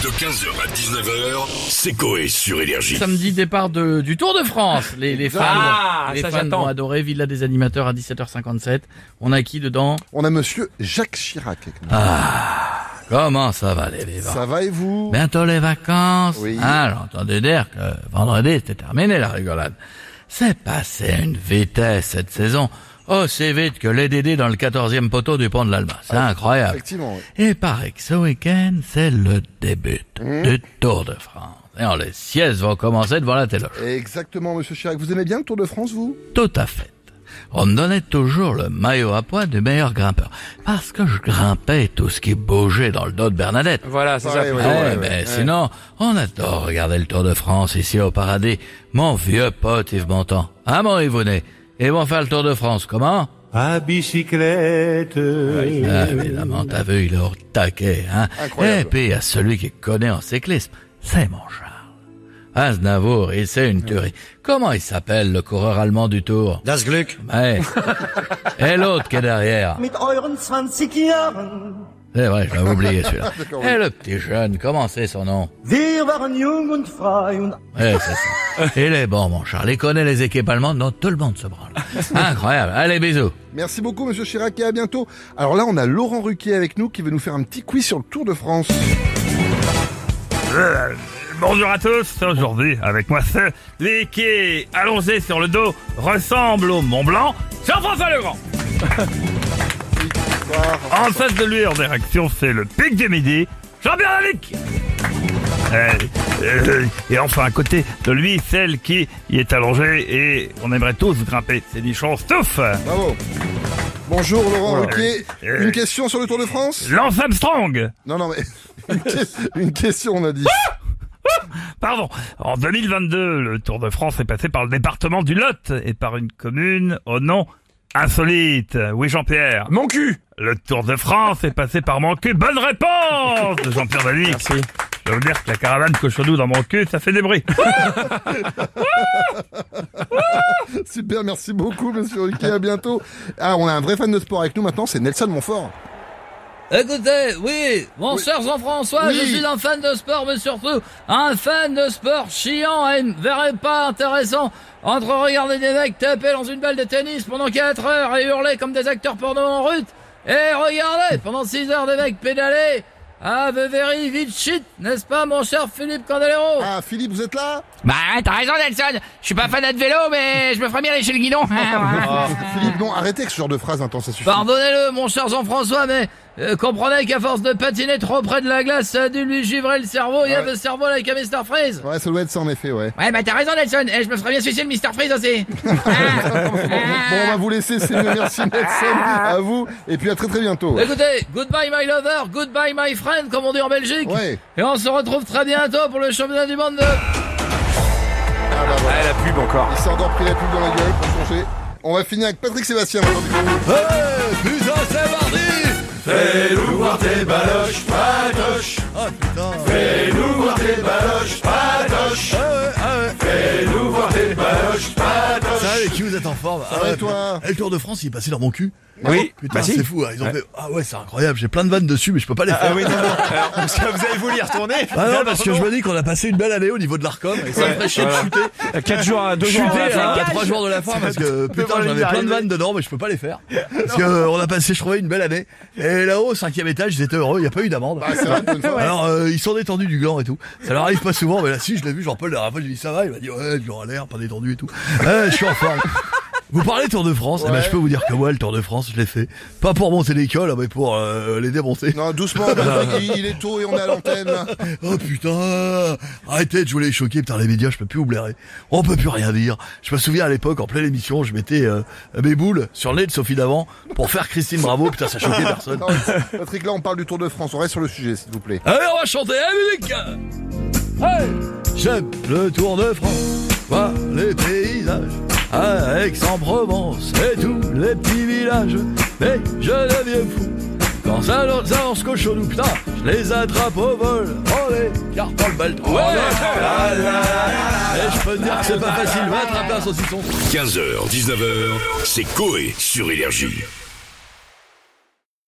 De 15h à 19h, c'est Coé sur Énergie. Samedi, départ du Tour de France. Les fans, vont adorer. Villa des animateurs à 17h57. On a qui dedans? On a monsieur Jacques Chirac avec nous. Comment ça va les vivants? Ça va et vous? Bientôt les vacances. Oui. J'entendais dire que vendredi c'était terminé la rigolade. C'est passé une vitesse cette saison. Aussi vite que les Dédés dans le 14e poteau du pont de l'Alma. C'est incroyable. Effectivement, oui. Et paraît que ce week-end, c'est le début du Tour de France. Et les siestes vont commencer devant la téloche. Exactement, monsieur Chirac. Vous aimez bien le Tour de France, vous? Tout à fait. On me donnait toujours le maillot à pois du meilleur grimpeur. Parce que je grimpais tout ce qui bougeait dans le dos de Bernadette. Voilà, c'est ça. Ouais, plutôt. ouais. Mais sinon, on adore regarder le Tour de France ici au paradis. Mon vieux pote Yves Montand. Ah mon Yvonnet. Ils vont faire le Tour de France, comment? À bicyclette. Évidemment, t'as vu, il est au taquet, hein. Incroyable. Et puis, il y a celui qui connaît en cyclisme. C'est mon Charles. Aznavour, il sait une tuerie. Comment il s'appelle, le coureur allemand du Tour? Das Glück. Ouais. Et l'autre qui est derrière. Mit euren 20 Jahren, C'est vrai, je l'avais oublié celui-là. Et le petit jeune, comment c'est son nom? wir waren jung und frei und Ouais, c'est ça. Il est bon, mon Charles. Il connaît les équipes allemandes dont tout le monde se branle. Incroyable. Allez, bisous. Merci beaucoup, monsieur Chirac, et à bientôt. Alors là, on a Laurent Ruquier avec nous qui veut nous faire un petit quiz sur le Tour de France. Bonjour à tous, aujourd'hui avec moi celui qui est allongé sur le dos ressemble au Mont Blanc, Jean-François Legrand. En face de lui en direction c'est le Pic du Midi, Jean-Pierre Lalique. Et enfin à côté de lui celle qui y est allongée et on aimerait tous grimper, c'est Nichon Stouff. Bravo. Bonjour, Laurent Ruquier. Une question sur le Tour de France? Lance Armstrong. Non, mais une question, on a dit. Pardon. En 2022, le Tour de France est passé par le département du Lot et par une commune au nom insolite. Oui, Jean-Pierre. Mon cul. Le Tour de France est passé par mon cul. Bonne réponse de Jean-Pierre Danique. Merci. Je veux dire que la caravane cochonou dans mon cul, ça fait des bruits. Super, merci beaucoup, monsieur Ruquier, à bientôt. Ah, on a un vrai fan de sport avec nous maintenant, c'est Nelson Montfort. Écoutez, oui, mon cher Jean-François, Oui. je suis un fan de sport, mais surtout un fan de sport chiant et ne verrait pas intéressant entre regarder des mecs taper dans une balle de tennis pendant 4 heures et hurler comme des acteurs porno en route et regarder pendant 6 heures des mecs pédaler. Ah, the very vite shit, n'est-ce pas, mon cher Philippe Candelero? Ah, Philippe, vous êtes là? Bah, t'as raison, Nelson. Je suis pas fanat de vélo, mais je me ferais bien aller chez le guidon. Philippe, non, arrêtez avec ce genre de phrase intense, ça suffit. Pardonnez-le, mon cher Jean-François, mais comprenez qu'à force de patiner trop près de la glace, ça a dû lui givrer le cerveau. Il y a le cerveau like a Mr. Freeze. Ouais, ça doit être ça, en effet, ouais. Ouais, bah t'as raison, Nelson. Et je me ferais bien sucer le Mr. Freeze aussi. Bon, on va vous laisser, c'est mieux, merci Nelson, à vous, et puis à très très bientôt. Écoutez, goodbye my lover, goodbye my friend, comme on dit en Belgique. Ouais. Et on se retrouve très bientôt pour le championnat du monde de... Ah bah voilà, Ah, la pub encore. il s'est encore pris la pub dans la gueule pour changer. On va finir avec Patrick Sébastien aujourd'hui. Putain, c'est mardi. Fais-nous voir tes baloches, patoche. Oh putain. Fais-nous voir tes baloches, patoche. Fais-nous voir tes baloches, patoche. Ça va, les culs, vous êtes en forme. Ça va, toi? Le Tour de France, il est passé dans mon cul. Oui. Putain, Bah si. c'est fou, hein. Ils ont fait... Ah ouais, c'est incroyable, j'ai plein de vannes dessus, mais je peux pas les faire. Ah oui, non. Alors, parce que vous avez voulu y retourner. Ah non, parce que je me dis qu'on a passé une belle année au niveau de l'Arcom, et ça me ferait chier de chuter. 4 jours à 2 jours. Chuter à à 3 jours de la fin, parce que putain, Devant j'avais l'île plein de d'arrivée. vannes dedans, mais je peux pas les faire. Parce que on a passé, je trouvais, une belle année. Et là-haut, au 5e étage, ils étaient heureux, il y a pas eu d'amende. Bah, c'est vrai, pour une fois. Alors, ils sont détendus du gland et tout. Ça leur arrive pas souvent, mais là, si, je l'ai vu, Jean-Paul, la dernière fois, je lui ai dit, ça va? Il m'a dit, ouais, du à l'air, pas détendu et tout. Ouais, je suis en forme. Vous parlez Tour de France, eh ben, je peux vous dire que moi, le Tour de France, je l'ai fait. Pas pour monter l'école, mais pour les démonter. Non, doucement, Patrick, il est tôt et on est à l'antenne. Oh putain, arrêtez de jouer les choqués, putain, les médias, je peux plus vous blairer. On peut plus rien dire. Je me souviens à l'époque, en pleine émission, je mettais mes boules sur le nez de Sophie Davant pour faire Christine Bravo, putain, ça choquait personne. Non, Patrick, là, on parle du Tour de France. On reste sur le sujet, s'il vous plaît. Allez, on va chanter la musique. Hey, j'aime le Tour de France, voir les paysages à Aix-en-Provence et tous les petits villages. Mais je deviens fou quand ça lance cochonou, putain, je les attrape au vol, on les garde dans le baltrou. Ouais, et je peux te dire que c'est pas facile, va attraper un saucisson. 15h, 19h, c'est Coé sur Énergie.